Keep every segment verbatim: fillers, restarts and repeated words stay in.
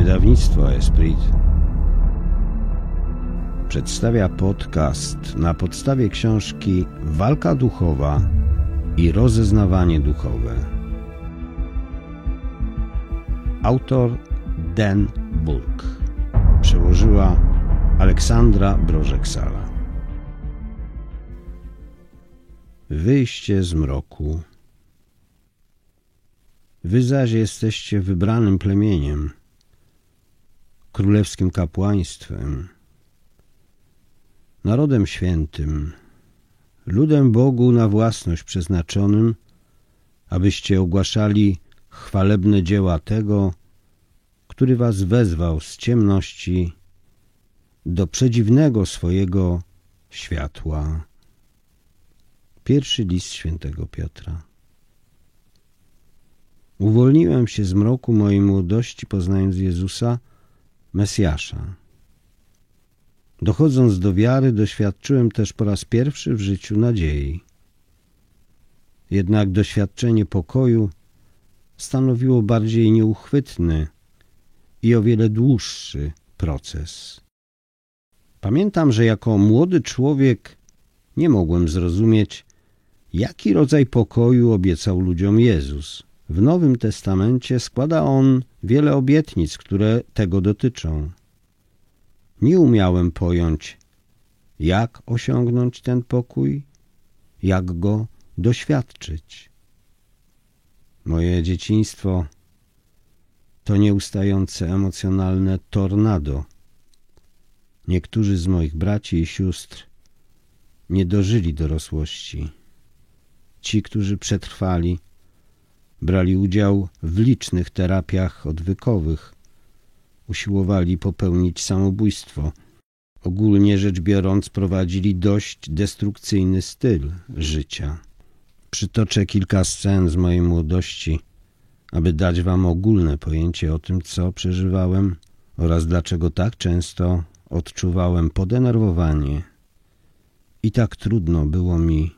Wydawnictwo Esprit przedstawia podcast na podstawie książki Walka duchowa i rozeznawanie duchowe. Autor Dan Bulk. Przełożyła Aleksandra Brożek-Sala. Wyjście z mroku. Wy zaś jesteście wybranym plemieniem, królewskim kapłaństwem, narodem świętym, ludem Bogu na własność przeznaczonym, abyście ogłaszali chwalebne dzieła tego, który was wezwał z ciemności do przedziwnego swojego światła. Pierwszy list świętego Piotra. Uwolniłem się z mroku mojej młodości, poznając Jezusa, Mesjasza. Dochodząc do wiary, doświadczyłem też po raz pierwszy w życiu nadziei. Jednak doświadczenie pokoju stanowiło bardziej nieuchwytny i o wiele dłuższy proces. Pamiętam, że jako młody człowiek nie mogłem zrozumieć, jaki rodzaj pokoju obiecał ludziom Jezus. W Nowym Testamencie składa On wiele obietnic, które tego dotyczą. Nie umiałem pojąć, jak osiągnąć ten pokój, jak go doświadczyć. Moje dzieciństwo to nieustające emocjonalne tornado. Niektórzy z moich braci i sióstr nie dożyli dorosłości. Ci, którzy przetrwali, brali udział w licznych terapiach odwykowych, usiłowali popełnić samobójstwo. Ogólnie rzecz biorąc, prowadzili dość destrukcyjny styl życia. Przytoczę kilka scen z mojej młodości, aby dać wam ogólne pojęcie o tym, co przeżywałem oraz dlaczego tak często odczuwałem podenerwowanie i tak trudno było mi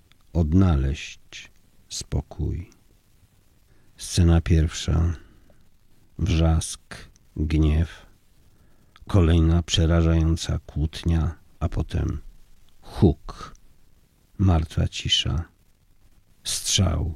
odnaleźć spokój. Scena pierwsza. Wrzask, gniew, kolejna przerażająca kłótnia, a potem huk, martwa cisza, strzał.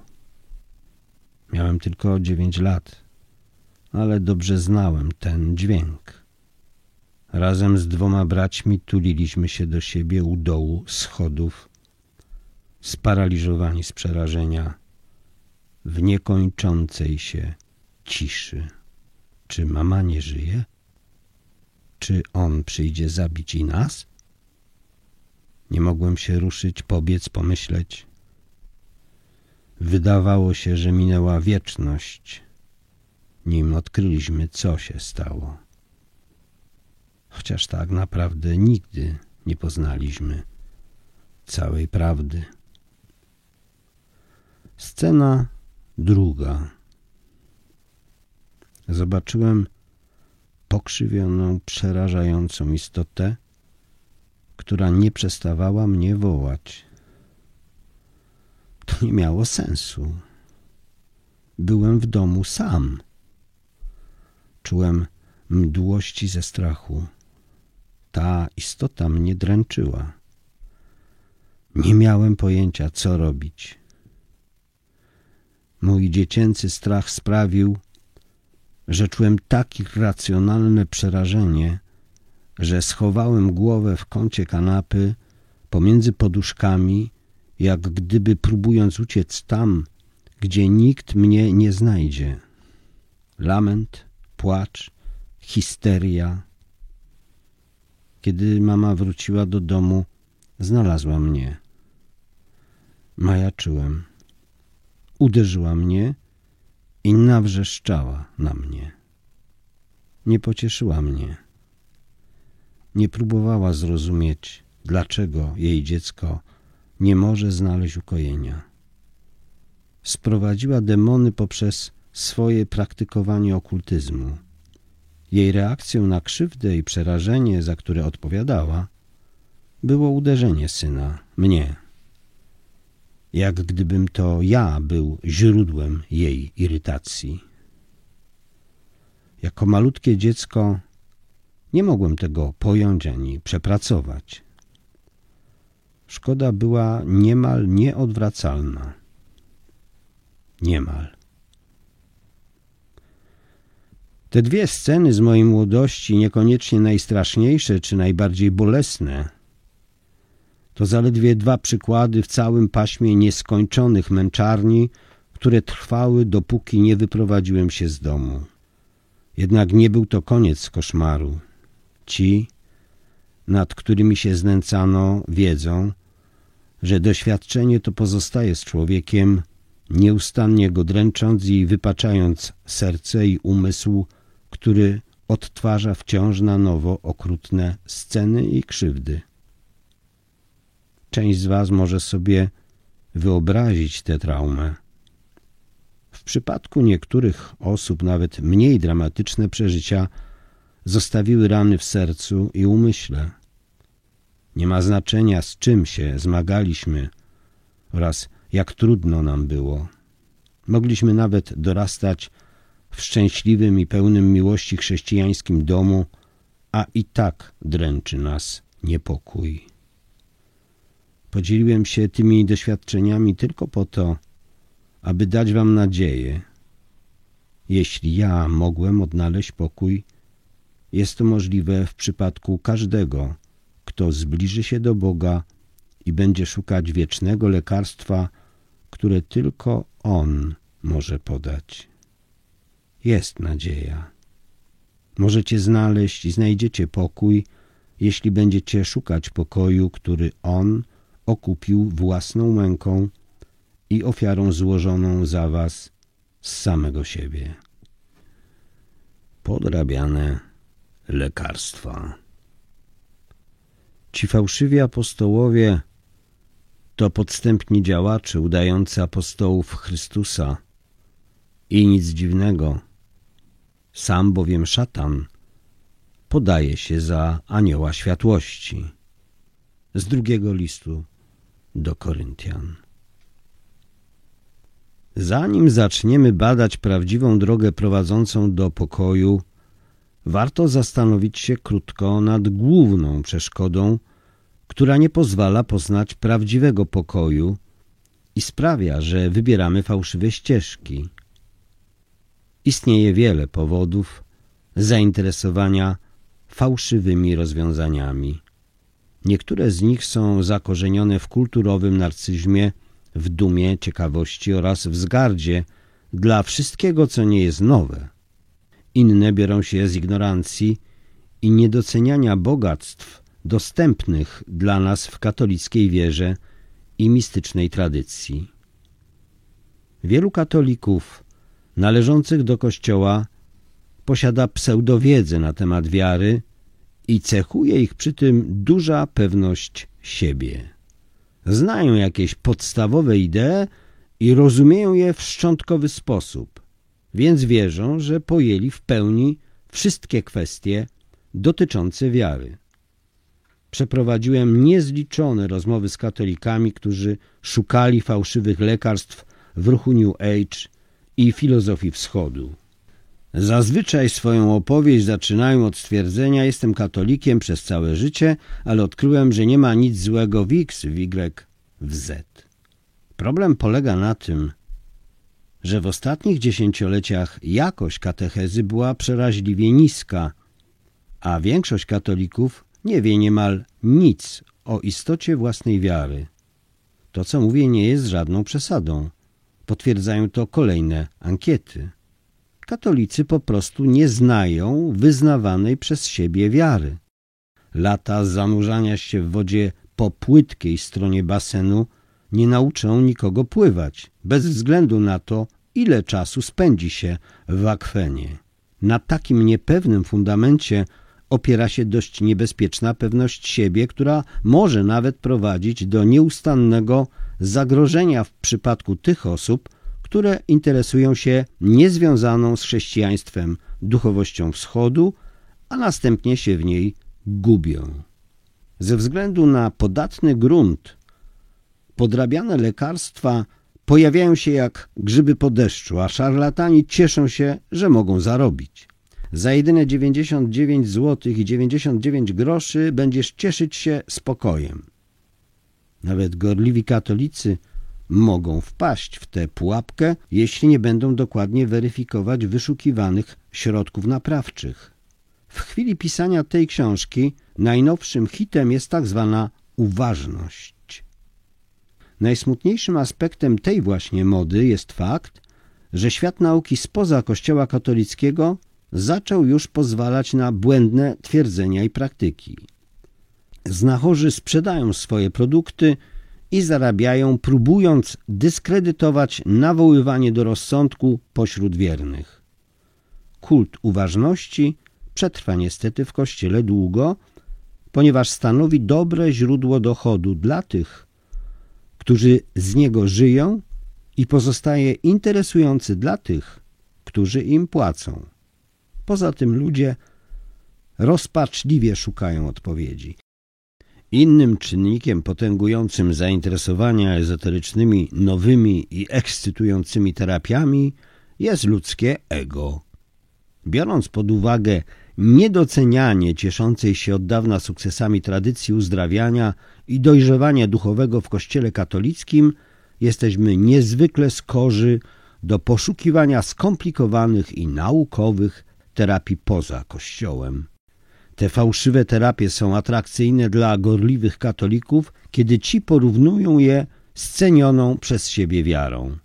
Miałem tylko dziewięć lat, ale dobrze znałem ten dźwięk. Razem z dwoma braćmi tuliliśmy się do siebie u dołu schodów, sparaliżowani z przerażenia, w niekończącej się ciszy. Czy mama nie żyje? Czy on przyjdzie zabić i nas? Nie mogłem się ruszyć, pobiec, pomyśleć. Wydawało się, że minęła wieczność, nim odkryliśmy, co się stało. Chociaż tak naprawdę nigdy nie poznaliśmy całej prawdy. Scena druga. Zobaczyłem pokrzywioną, przerażającą istotę, która nie przestawała mnie wołać. To nie miało sensu. Byłem w domu sam. Czułem mdłości ze strachu. Ta istota mnie dręczyła. Nie miałem pojęcia, co robić. Mój dziecięcy strach sprawił, że czułem tak irracjonalne przerażenie, że schowałem głowę w kącie kanapy pomiędzy poduszkami, jak gdyby próbując uciec tam, gdzie nikt mnie nie znajdzie. Lament, płacz, histeria. Kiedy mama wróciła do domu, znalazła mnie. Majaczyłem. Uderzyła mnie i nawrzeszczała na mnie. Nie pocieszyła mnie. Nie próbowała zrozumieć, dlaczego jej dziecko nie może znaleźć ukojenia. Sprowadziła demony poprzez swoje praktykowanie okultyzmu. Jej reakcją na krzywdę i przerażenie, za które odpowiadała, było uderzenie syna, mnie. Jak gdybym to ja był źródłem jej irytacji. Jako malutkie dziecko nie mogłem tego pojąć ani przepracować. Szkoda była niemal nieodwracalna. Niemal. Te dwie sceny z mojej młodości, niekoniecznie najstraszniejsze czy najbardziej bolesne, to zaledwie dwa przykłady w całym paśmie nieskończonych męczarni, które trwały, dopóki nie wyprowadziłem się z domu. Jednak nie był to koniec koszmaru. Ci, nad którymi się znęcano, wiedzą, że doświadczenie to pozostaje z człowiekiem, nieustannie go dręcząc i wypaczając serce i umysł, który odtwarza wciąż na nowo okrutne sceny i krzywdy. Część z was może sobie wyobrazić tę traumę. W przypadku niektórych osób nawet mniej dramatyczne przeżycia zostawiły rany w sercu i umyśle. Nie ma znaczenia, z czym się zmagaliśmy oraz jak trudno nam było. Mogliśmy nawet dorastać w szczęśliwym i pełnym miłości chrześcijańskim domu, a i tak dręczy nas niepokój. Podzieliłem się tymi doświadczeniami tylko po to, aby dać wam nadzieję. Jeśli ja mogłem odnaleźć pokój, jest to możliwe w przypadku każdego, kto zbliży się do Boga i będzie szukać wiecznego lekarstwa, które tylko On może podać. Jest nadzieja. Możecie znaleźć i znajdziecie pokój, jeśli będziecie szukać pokoju, który On okupił własną męką i ofiarą złożoną za was z samego siebie. Podrabiane lekarstwa. Ci fałszywi apostołowie to podstępni działacze udający apostołów Chrystusa i nic dziwnego, sam bowiem szatan podaje się za anioła światłości. Z drugiego listu do Koryntian. Zanim zaczniemy badać prawdziwą drogę prowadzącą do pokoju, warto zastanowić się krótko nad główną przeszkodą, która nie pozwala poznać prawdziwego pokoju i sprawia, że wybieramy fałszywe ścieżki. Istnieje wiele powodów zainteresowania fałszywymi rozwiązaniami. Niektóre z nich są zakorzenione w kulturowym narcyzmie, w dumie, ciekawości oraz wzgardzie dla wszystkiego, co nie jest nowe. Inne biorą się z ignorancji i niedoceniania bogactw dostępnych dla nas w katolickiej wierze i mistycznej tradycji. Wielu katolików należących do Kościoła posiada pseudowiedzę na temat wiary i cechuje ich przy tym duża pewność siebie. Znają jakieś podstawowe idee i rozumieją je w szczątkowy sposób, więc wierzą, że pojęli w pełni wszystkie kwestie dotyczące wiary. Przeprowadziłem niezliczone rozmowy z katolikami, którzy szukali fałszywych lekarstw w ruchu New Age i filozofii wschodu. Zazwyczaj swoją opowieść zaczynają od stwierdzenia: jestem katolikiem przez całe życie, ale odkryłem, że nie ma nic złego w X, w Y, w Z. Problem polega na tym, że w ostatnich dziesięcioleciach jakość katechezy była przeraźliwie niska, a większość katolików nie wie niemal nic o istocie własnej wiary. To, co mówię, nie jest żadną przesadą. Potwierdzają to kolejne ankiety. Katolicy po prostu nie znają wyznawanej przez siebie wiary. Lata zanurzania się w wodzie po płytkiej stronie basenu nie nauczą nikogo pływać, bez względu na to, ile czasu spędzi się w akwenie. Na takim niepewnym fundamencie opiera się dość niebezpieczna pewność siebie, która może nawet prowadzić do nieustannego zagrożenia w przypadku tych osób, które interesują się niezwiązaną z chrześcijaństwem duchowością wschodu, a następnie się w niej gubią. Ze względu na podatny grunt podrabiane lekarstwa pojawiają się jak grzyby po deszczu, a szarlatani cieszą się, że mogą zarobić. Za jedyne dziewięćdziesiąt dziewięć złotych i dziewięćdziesiąt dziewięć groszy będziesz cieszyć się spokojem. Nawet gorliwi katolicy mogą wpaść w tę pułapkę, jeśli nie będą dokładnie weryfikować wyszukiwanych środków naprawczych. W chwili pisania tej książki najnowszym hitem jest tak zwana uważność. Najsmutniejszym aspektem tej właśnie mody jest fakt, że świat nauki spoza Kościoła katolickiego zaczął już pozwalać na błędne twierdzenia i praktyki. Znachorzy sprzedają swoje produkty i zarabiają, próbując dyskredytować nawoływanie do rozsądku pośród wiernych. Kult uważności przetrwa niestety w Kościele długo, ponieważ stanowi dobre źródło dochodu dla tych, którzy z niego żyją, i pozostaje interesujący dla tych, którzy im płacą. Poza tym ludzie rozpaczliwie szukają odpowiedzi. Innym czynnikiem potęgującym zainteresowania ezoterycznymi, nowymi i ekscytującymi terapiami jest ludzkie ego. Biorąc pod uwagę niedocenianie cieszącej się od dawna sukcesami tradycji uzdrawiania i dojrzewania duchowego w Kościele katolickim, jesteśmy niezwykle skorzy do poszukiwania skomplikowanych i naukowych terapii poza Kościołem. Te fałszywe terapie są atrakcyjne dla gorliwych katolików, kiedy ci porównują je z cenioną przez siebie wiarą.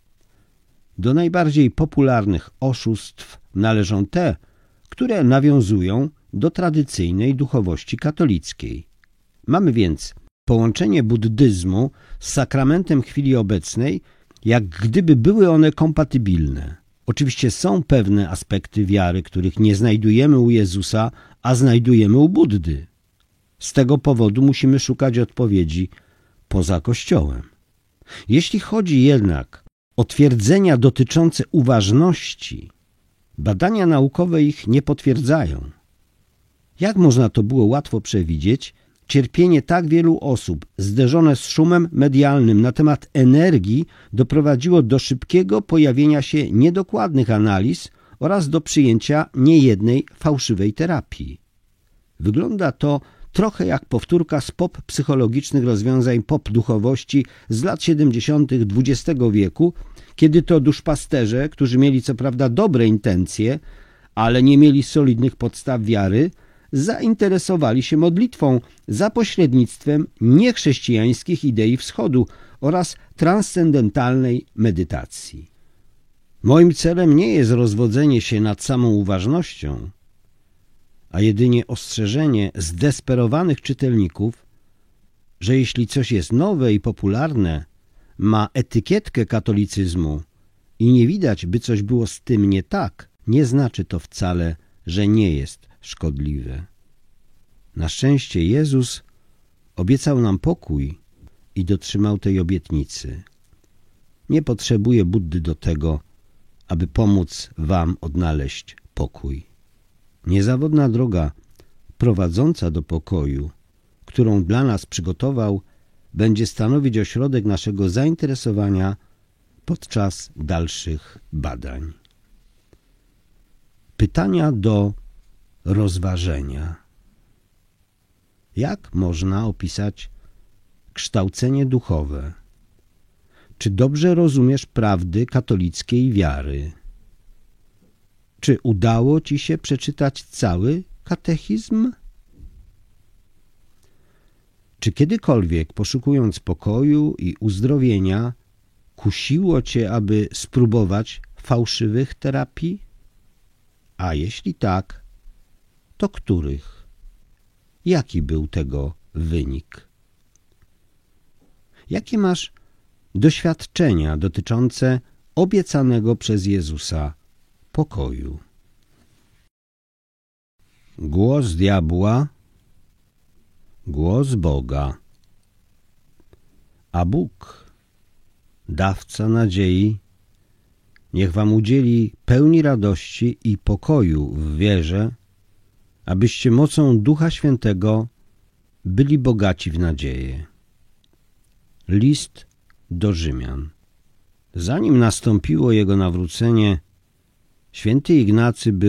Do najbardziej popularnych oszustw należą te, które nawiązują do tradycyjnej duchowości katolickiej. Mamy więc połączenie buddyzmu z sakramentem chwili obecnej, jak gdyby były one kompatybilne. Oczywiście są pewne aspekty wiary, których nie znajdujemy u Jezusa, a znajdujemy u Buddy. Z tego powodu musimy szukać odpowiedzi poza Kościołem. Jeśli chodzi jednak o twierdzenia dotyczące uważności, badania naukowe ich nie potwierdzają. Jak można to było łatwo przewidzieć, cierpienie tak wielu osób zderzone z szumem medialnym na temat energii doprowadziło do szybkiego pojawienia się niedokładnych analiz oraz do przyjęcia niejednej fałszywej terapii. Wygląda to trochę jak powtórka z pop psychologicznych rozwiązań pop duchowości z lat siedemdziesiątych dwudziestego wieku, kiedy to duszpasterze, którzy mieli co prawda dobre intencje, ale nie mieli solidnych podstaw wiary, zainteresowali się modlitwą za pośrednictwem niechrześcijańskich idei wschodu oraz transcendentalnej medytacji. Moim celem nie jest rozwodzenie się nad samą uważnością, a jedynie ostrzeżenie zdesperowanych czytelników, że jeśli coś jest nowe i popularne, ma etykietkę katolicyzmu i nie widać, by coś było z tym nie tak, nie znaczy to wcale, że nie jest szkodliwe. Na szczęście Jezus obiecał nam pokój i dotrzymał tej obietnicy. Nie potrzebuje Buddy do tego, aby pomóc wam odnaleźć pokój. Niezawodna droga prowadząca do pokoju, którą dla nas przygotował, będzie stanowić ośrodek naszego zainteresowania podczas dalszych badań. Pytania do rozważenia. Jak można opisać kształcenie duchowe? Czy dobrze rozumiesz prawdy katolickiej wiary? Czy udało ci się przeczytać cały katechizm? Czy kiedykolwiek, poszukując pokoju i uzdrowienia, kusiło cię, aby spróbować fałszywych terapii? A jeśli tak, to których? Jaki był tego wynik? Jakie masz doświadczenia dotyczące obiecanego przez Jezusa pokoju? Głos diabła, głos Boga. A Bóg, dawca nadziei, niech wam udzieli pełni radości i pokoju w wierze, abyście mocą Ducha Świętego byli bogaci w nadzieję. List do Rzymian. Zanim nastąpiło jego nawrócenie, święty Ignacy był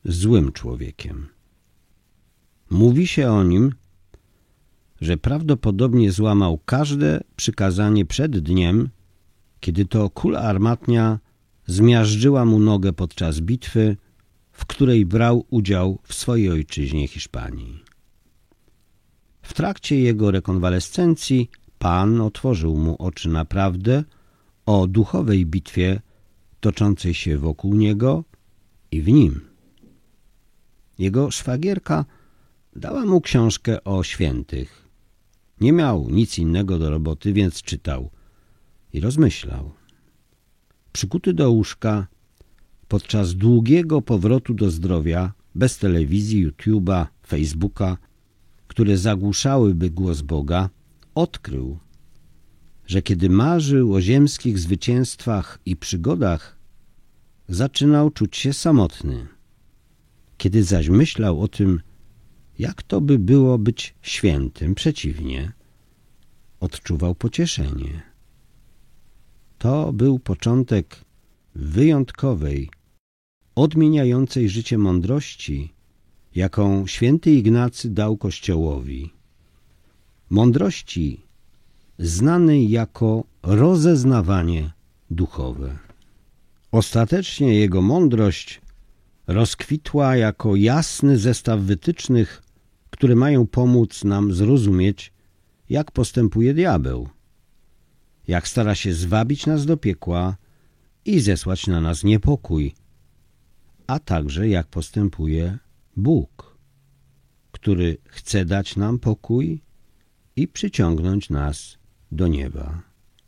złym człowiekiem. Mówi się o nim, że prawdopodobnie złamał każde przykazanie przed dniem, kiedy to kula armatnia zmiażdżyła mu nogę podczas bitwy, w której brał udział w swojej ojczyźnie Hiszpanii. W trakcie jego rekonwalescencji Pan otworzył mu oczy na prawdę o duchowej bitwie toczącej się wokół niego i w nim. Jego szwagierka dała mu książkę o świętych. Nie miał nic innego do roboty, więc czytał i rozmyślał. Przykuty do łóżka, podczas długiego powrotu do zdrowia, bez telewizji, YouTube'a, Facebooka, które zagłuszałyby głos Boga, odkrył, że kiedy marzył o ziemskich zwycięstwach i przygodach, zaczynał czuć się samotny. Kiedy zaś myślał o tym, jak to by było być świętym, przeciwnie, odczuwał pocieszenie. To był początek wyjątkowej, odmieniającej życie mądrości, jaką święty Ignacy dał Kościołowi. Mądrości znanej jako rozeznawanie duchowe. Ostatecznie jego mądrość rozkwitła jako jasny zestaw wytycznych, które mają pomóc nam zrozumieć, jak postępuje diabeł, jak stara się zwabić nas do piekła i zesłać na nas niepokój, a także jak postępuje Bóg, który chce dać nam pokój i przyciągnąć nas do nieba.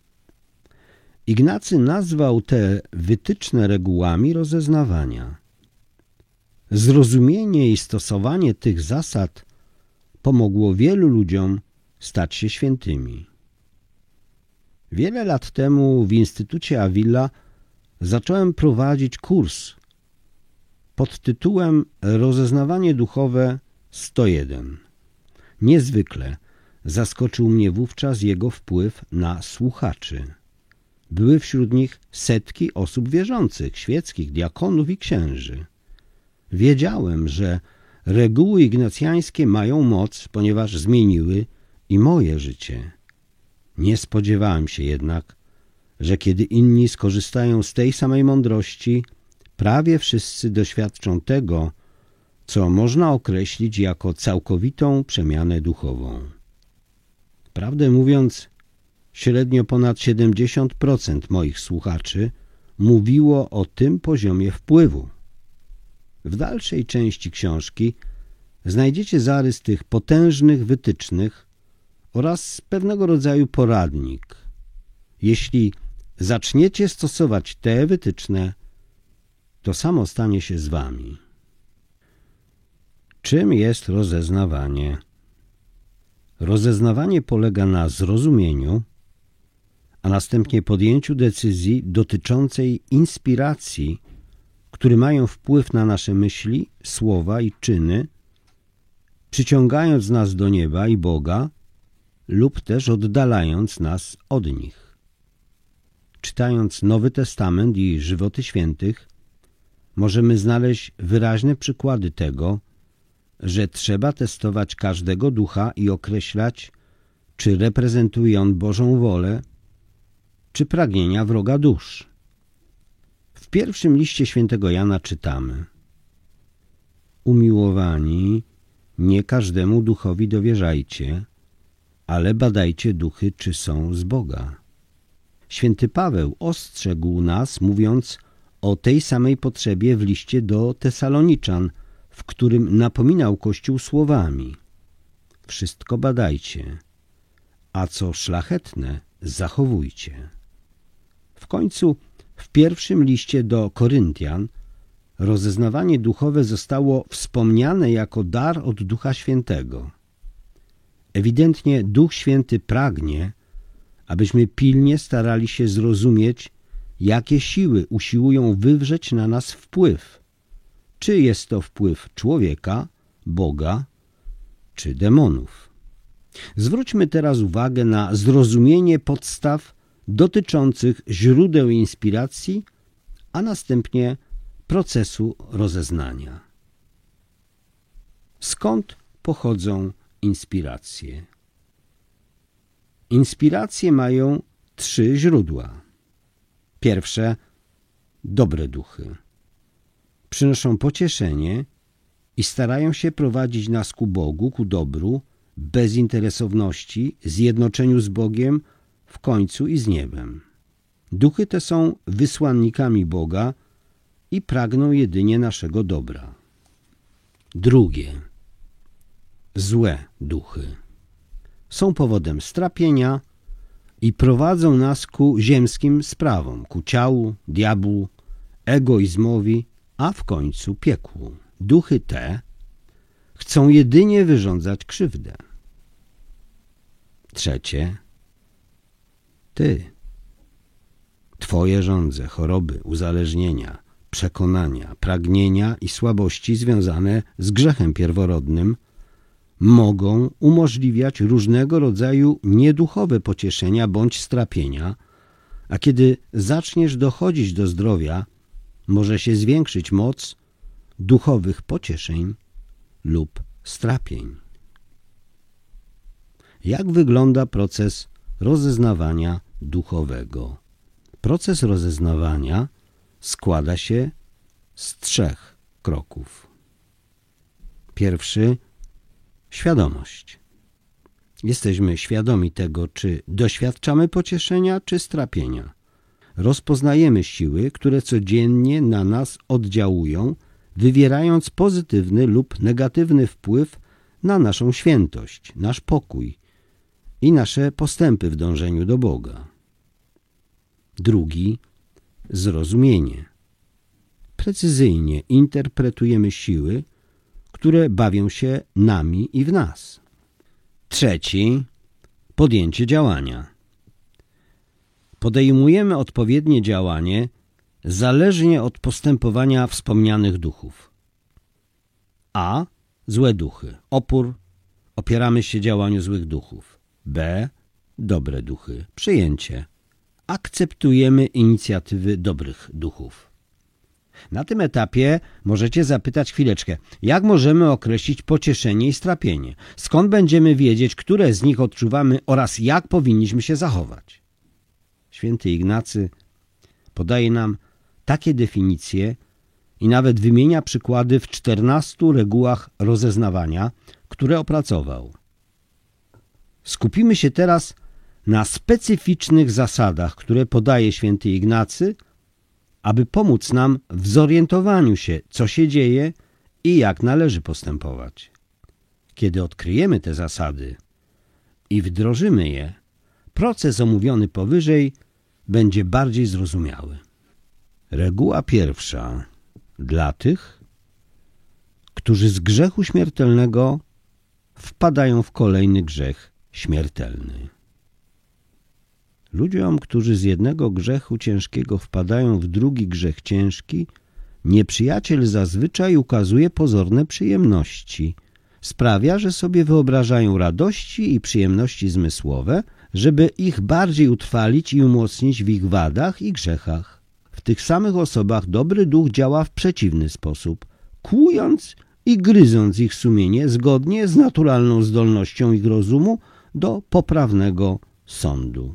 Ignacy nazwał te wytyczne regułami rozeznawania. Zrozumienie i stosowanie tych zasad pomogło wielu ludziom stać się świętymi. Wiele lat temu w Instytucie Avila zacząłem prowadzić kurs pod tytułem Rozeznawanie duchowe sto jeden. Niezwykle zaskoczył mnie wówczas jego wpływ na słuchaczy. Były wśród nich setki osób wierzących, świeckich, diakonów i księży. Wiedziałem, że reguły ignacjańskie mają moc, ponieważ zmieniły i moje życie. Nie spodziewałem się jednak, że kiedy inni skorzystają z tej samej mądrości, prawie wszyscy doświadczą tego, co można określić jako całkowitą przemianę duchową. Prawdę mówiąc, średnio ponad siedemdziesiąt procent moich słuchaczy mówiło o tym poziomie wpływu. W dalszej części książki znajdziecie zarys tych potężnych wytycznych oraz pewnego rodzaju poradnik. Jeśli zaczniecie stosować te wytyczne, to samo stanie się z wami. Czym jest rozeznawanie? Rozeznawanie polega na zrozumieniu, a następnie podjęciu decyzji dotyczącej inspiracji, które mają wpływ na nasze myśli, słowa i czyny, przyciągając nas do nieba i Boga lub też oddalając nas od nich. Czytając Nowy Testament i żywoty świętych, możemy znaleźć wyraźne przykłady tego, że trzeba testować każdego ducha i określać, czy reprezentuje on Bożą wolę, czy pragnienia wroga dusz. W pierwszym liście świętego Jana czytamy: Umiłowani, nie każdemu duchowi dowierzajcie, ale badajcie duchy, czy są z Boga. Święty Paweł ostrzegł nas, mówiąc o tej samej potrzebie w liście do Tesaloniczan, w którym napominał Kościół słowami: wszystko badajcie, a co szlachetne zachowujcie. W końcu w pierwszym liście do Koryntian rozeznawanie duchowe zostało wspomniane jako dar od Ducha Świętego. Ewidentnie Duch Święty pragnie, abyśmy pilnie starali się zrozumieć, jakie siły usiłują wywrzeć na nas wpływ. Czy jest to wpływ człowieka, Boga, czy demonów. Zwróćmy teraz uwagę na zrozumienie podstaw dotyczących źródeł inspiracji, a następnie procesu rozeznania. Skąd pochodzą inspiracje? Inspiracje mają trzy źródła. Pierwsze, dobre duchy. Przynoszą pocieszenie i starają się prowadzić nas ku Bogu, ku dobru, bezinteresowności, zjednoczeniu z Bogiem, w końcu i z niebem. Duchy te są wysłannikami Boga i pragną jedynie naszego dobra. Drugie, złe duchy. Są powodem strapienia i prowadzą nas ku ziemskim sprawom, ku ciału, diabłu, egoizmowi, a w końcu piekłu. Duchy te chcą jedynie wyrządzać krzywdę. Trzecie, ty. Twoje żądze, choroby, uzależnienia, przekonania, pragnienia i słabości związane z grzechem pierworodnym mogą umożliwiać różnego rodzaju nieduchowe pocieszenia bądź strapienia, a kiedy zaczniesz dochodzić do zdrowia, może się zwiększyć moc duchowych pocieszeń lub strapień. Jak wygląda proces rozeznawania duchowego? Proces rozeznawania składa się z trzech kroków. Pierwszy, świadomość. Jesteśmy świadomi tego, czy doświadczamy pocieszenia, czy strapienia. Rozpoznajemy siły, które codziennie na nas oddziałują, wywierając pozytywny lub negatywny wpływ na naszą świętość, nasz pokój i nasze postępy w dążeniu do Boga. Drugi, zrozumienie. Precyzyjnie interpretujemy siły, które bawią się nami i w nas. Trzeci, podjęcie działania. Podejmujemy odpowiednie działanie zależnie od postępowania wspomnianych duchów. A. Złe duchy. Opór. Opieramy się działaniu złych duchów. B. Dobre duchy. Przyjęcie. Akceptujemy inicjatywy dobrych duchów. Na tym etapie możecie zapytać chwileczkę, jak możemy określić pocieszenie i strapienie? Skąd będziemy wiedzieć, które z nich odczuwamy oraz jak powinniśmy się zachować? Święty Ignacy podaje nam takie definicje i nawet wymienia przykłady w czternastu regułach rozeznawania, które opracował. Skupimy się teraz na specyficznych zasadach, które podaje święty Ignacy, aby pomóc nam w zorientowaniu się, co się dzieje i jak należy postępować. Kiedy odkryjemy te zasady i wdrożymy je, proces omówiony powyżej będzie bardziej zrozumiały. Reguła pierwsza. Dla tych, którzy z grzechu śmiertelnego wpadają w kolejny grzech śmiertelny. Ludziom, którzy z jednego grzechu ciężkiego wpadają w drugi grzech ciężki, nieprzyjaciel zazwyczaj ukazuje pozorne przyjemności. Sprawia, że sobie wyobrażają radości i przyjemności zmysłowe, żeby ich bardziej utrwalić i umocnić w ich wadach i grzechach. W tych samych osobach dobry duch działa w przeciwny sposób, kłując i gryząc ich sumienie zgodnie z naturalną zdolnością ich rozumu do poprawnego sądu.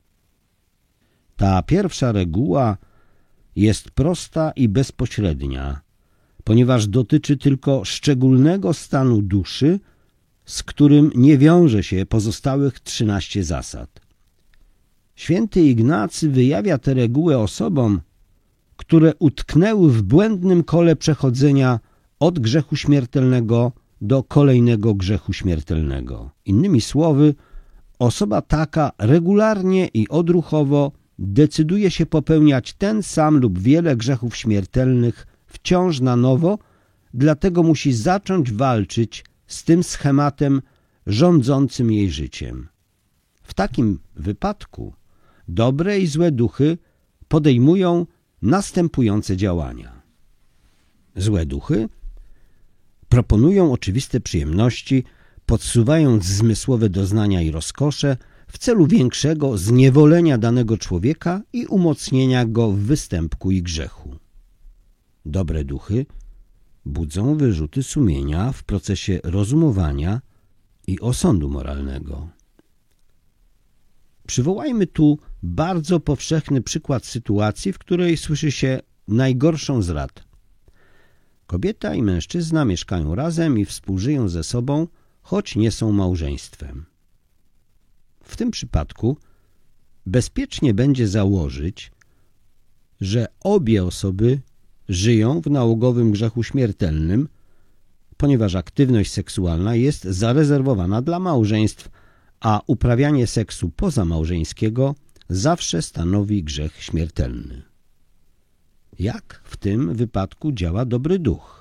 Ta pierwsza reguła jest prosta i bezpośrednia, ponieważ dotyczy tylko szczególnego stanu duszy, z którym nie wiąże się pozostałych trzynaście zasad. Święty Ignacy wyjawia tę regułę osobom, które utknęły w błędnym kole przechodzenia od grzechu śmiertelnego do kolejnego grzechu śmiertelnego. Innymi słowy, osoba taka regularnie i odruchowo decyduje się popełniać ten sam lub wiele grzechów śmiertelnych wciąż na nowo, dlatego musi zacząć walczyć z tym schematem rządzącym jej życiem. W takim wypadku dobre i złe duchy podejmują następujące działania. Złe duchy proponują oczywiste przyjemności, podsuwając zmysłowe doznania i rozkosze w celu większego zniewolenia danego człowieka i umocnienia go w występku i grzechu. Dobre duchy budzą wyrzuty sumienia w procesie rozumowania i osądu moralnego. Przywołajmy tu bardzo powszechny przykład sytuacji, w której słyszy się najgorszą z rad. Kobieta i mężczyzna mieszkają razem i współżyją ze sobą, choć nie są małżeństwem. W tym przypadku bezpiecznie będzie założyć, że obie osoby żyją w nałogowym grzechu śmiertelnym, ponieważ aktywność seksualna jest zarezerwowana dla małżeństw, a uprawianie seksu pozamałżeńskiego zawsze stanowi grzech śmiertelny. Jak w tym wypadku działa dobry duch?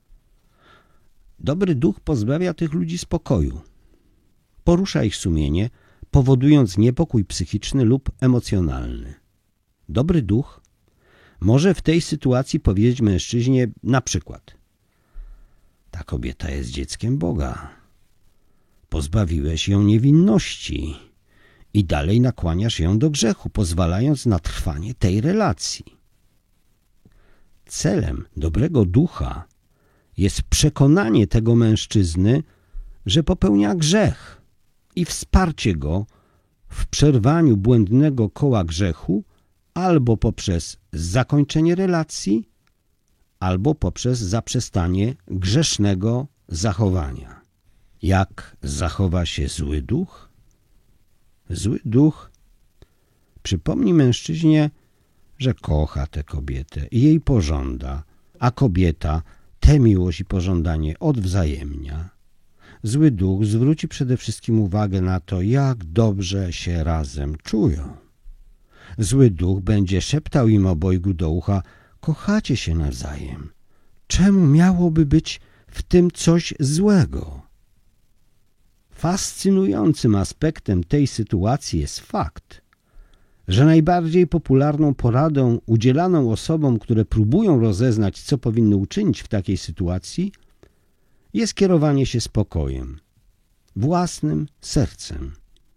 Dobry duch pozbawia tych ludzi spokoju. Porusza ich sumienie, powodując niepokój psychiczny lub emocjonalny. Dobry duch może w tej sytuacji powiedzieć mężczyźnie na przykład: ta kobieta jest dzieckiem Boga. Pozbawiłeś ją niewinności i dalej nakłaniasz ją do grzechu, pozwalając na trwanie tej relacji. Celem dobrego ducha jest przekonanie tego mężczyzny, że popełnia grzech i wsparcie go w przerwaniu błędnego koła grzechu albo poprzez zakończenie relacji, albo poprzez zaprzestanie grzesznego zachowania. Jak zachowa się zły duch? Zły duch przypomni mężczyźnie, że kocha tę kobietę i jej pożąda, a kobieta tę miłość i pożądanie odwzajemnia. Zły duch zwróci przede wszystkim uwagę na to, jak dobrze się razem czują. Zły duch będzie szeptał im obojgu do ucha: kochacie się nawzajem. Czemu miałoby być w tym coś złego? Fascynującym aspektem tej sytuacji jest fakt, że najbardziej popularną poradą udzielaną osobom, które próbują rozeznać, co powinny uczynić w takiej sytuacji, jest kierowanie się spokojem, własnym sercem.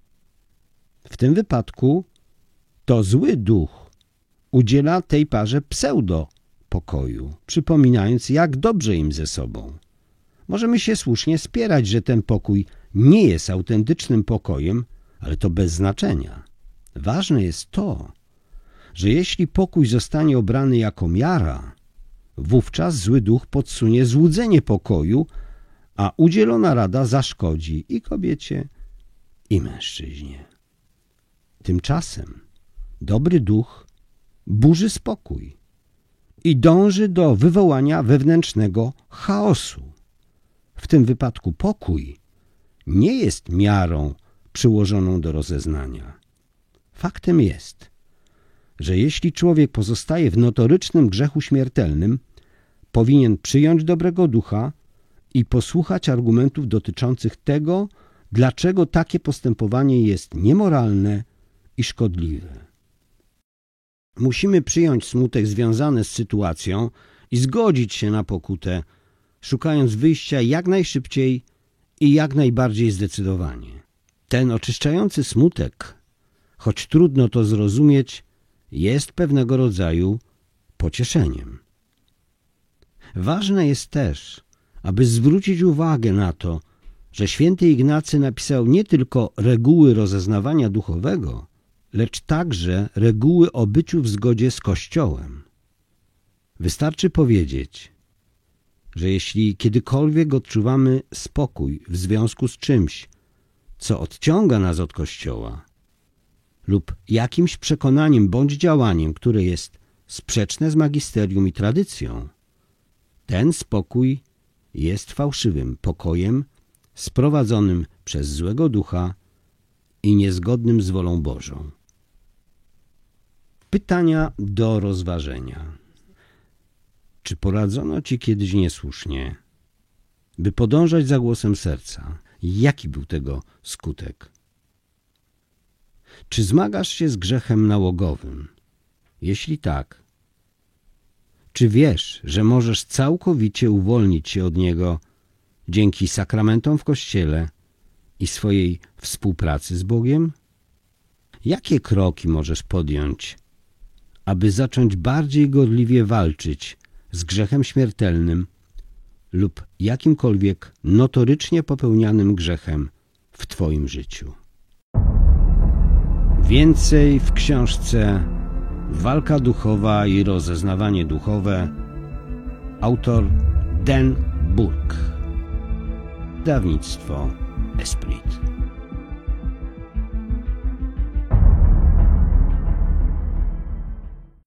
W tym wypadku to zły duch udziela tej parze pseudo-pokoju, przypominając, jak dobrze im ze sobą. Możemy się słusznie spierać, że ten pokój nie jest autentycznym pokojem, ale to bez znaczenia. Ważne jest to, że jeśli pokój zostanie obrany jako miara, wówczas zły duch podsunie złudzenie pokoju, a udzielona rada zaszkodzi i kobiecie, i mężczyźnie. Tymczasem dobry duch burzy spokój i dąży do wywołania wewnętrznego chaosu. W tym wypadku pokój nie jest miarą przyłożoną do rozeznania. Faktem jest, że jeśli człowiek pozostaje w notorycznym grzechu śmiertelnym, powinien przyjąć dobrego ducha i posłuchać argumentów dotyczących tego, dlaczego takie postępowanie jest niemoralne i szkodliwe. Musimy przyjąć smutek związany z sytuacją i zgodzić się na pokutę, szukając wyjścia jak najszybciej i jak najbardziej zdecydowanie. Ten oczyszczający smutek, choć trudno to zrozumieć, jest pewnego rodzaju pocieszeniem. Ważne jest też, aby zwrócić uwagę na to, że święty Ignacy napisał nie tylko reguły rozeznawania duchowego, lecz także reguły o byciu w zgodzie z Kościołem. Wystarczy powiedzieć, że jeśli kiedykolwiek odczuwamy spokój w związku z czymś, co odciąga nas od Kościoła, lub jakimś przekonaniem bądź działaniem, które jest sprzeczne z magisterium i tradycją, ten spokój jest fałszywym pokojem sprowadzonym przez złego ducha i niezgodnym z wolą Bożą. Pytania do rozważenia. Czy poradzono ci kiedyś niesłusznie, by podążać za głosem serca? Jaki był tego skutek? Czy zmagasz się z grzechem nałogowym? Jeśli tak, czy wiesz, że możesz całkowicie uwolnić się od niego dzięki sakramentom w Kościele i swojej współpracy z Bogiem? Jakie kroki możesz podjąć, aby zacząć bardziej gorliwie walczyć z grzechem śmiertelnym lub jakimkolwiek notorycznie popełnianym grzechem w Twoim życiu. Więcej w książce Walka duchowa i rozeznawanie duchowe. Autor Dan Burke. Wydawnictwo Esprit.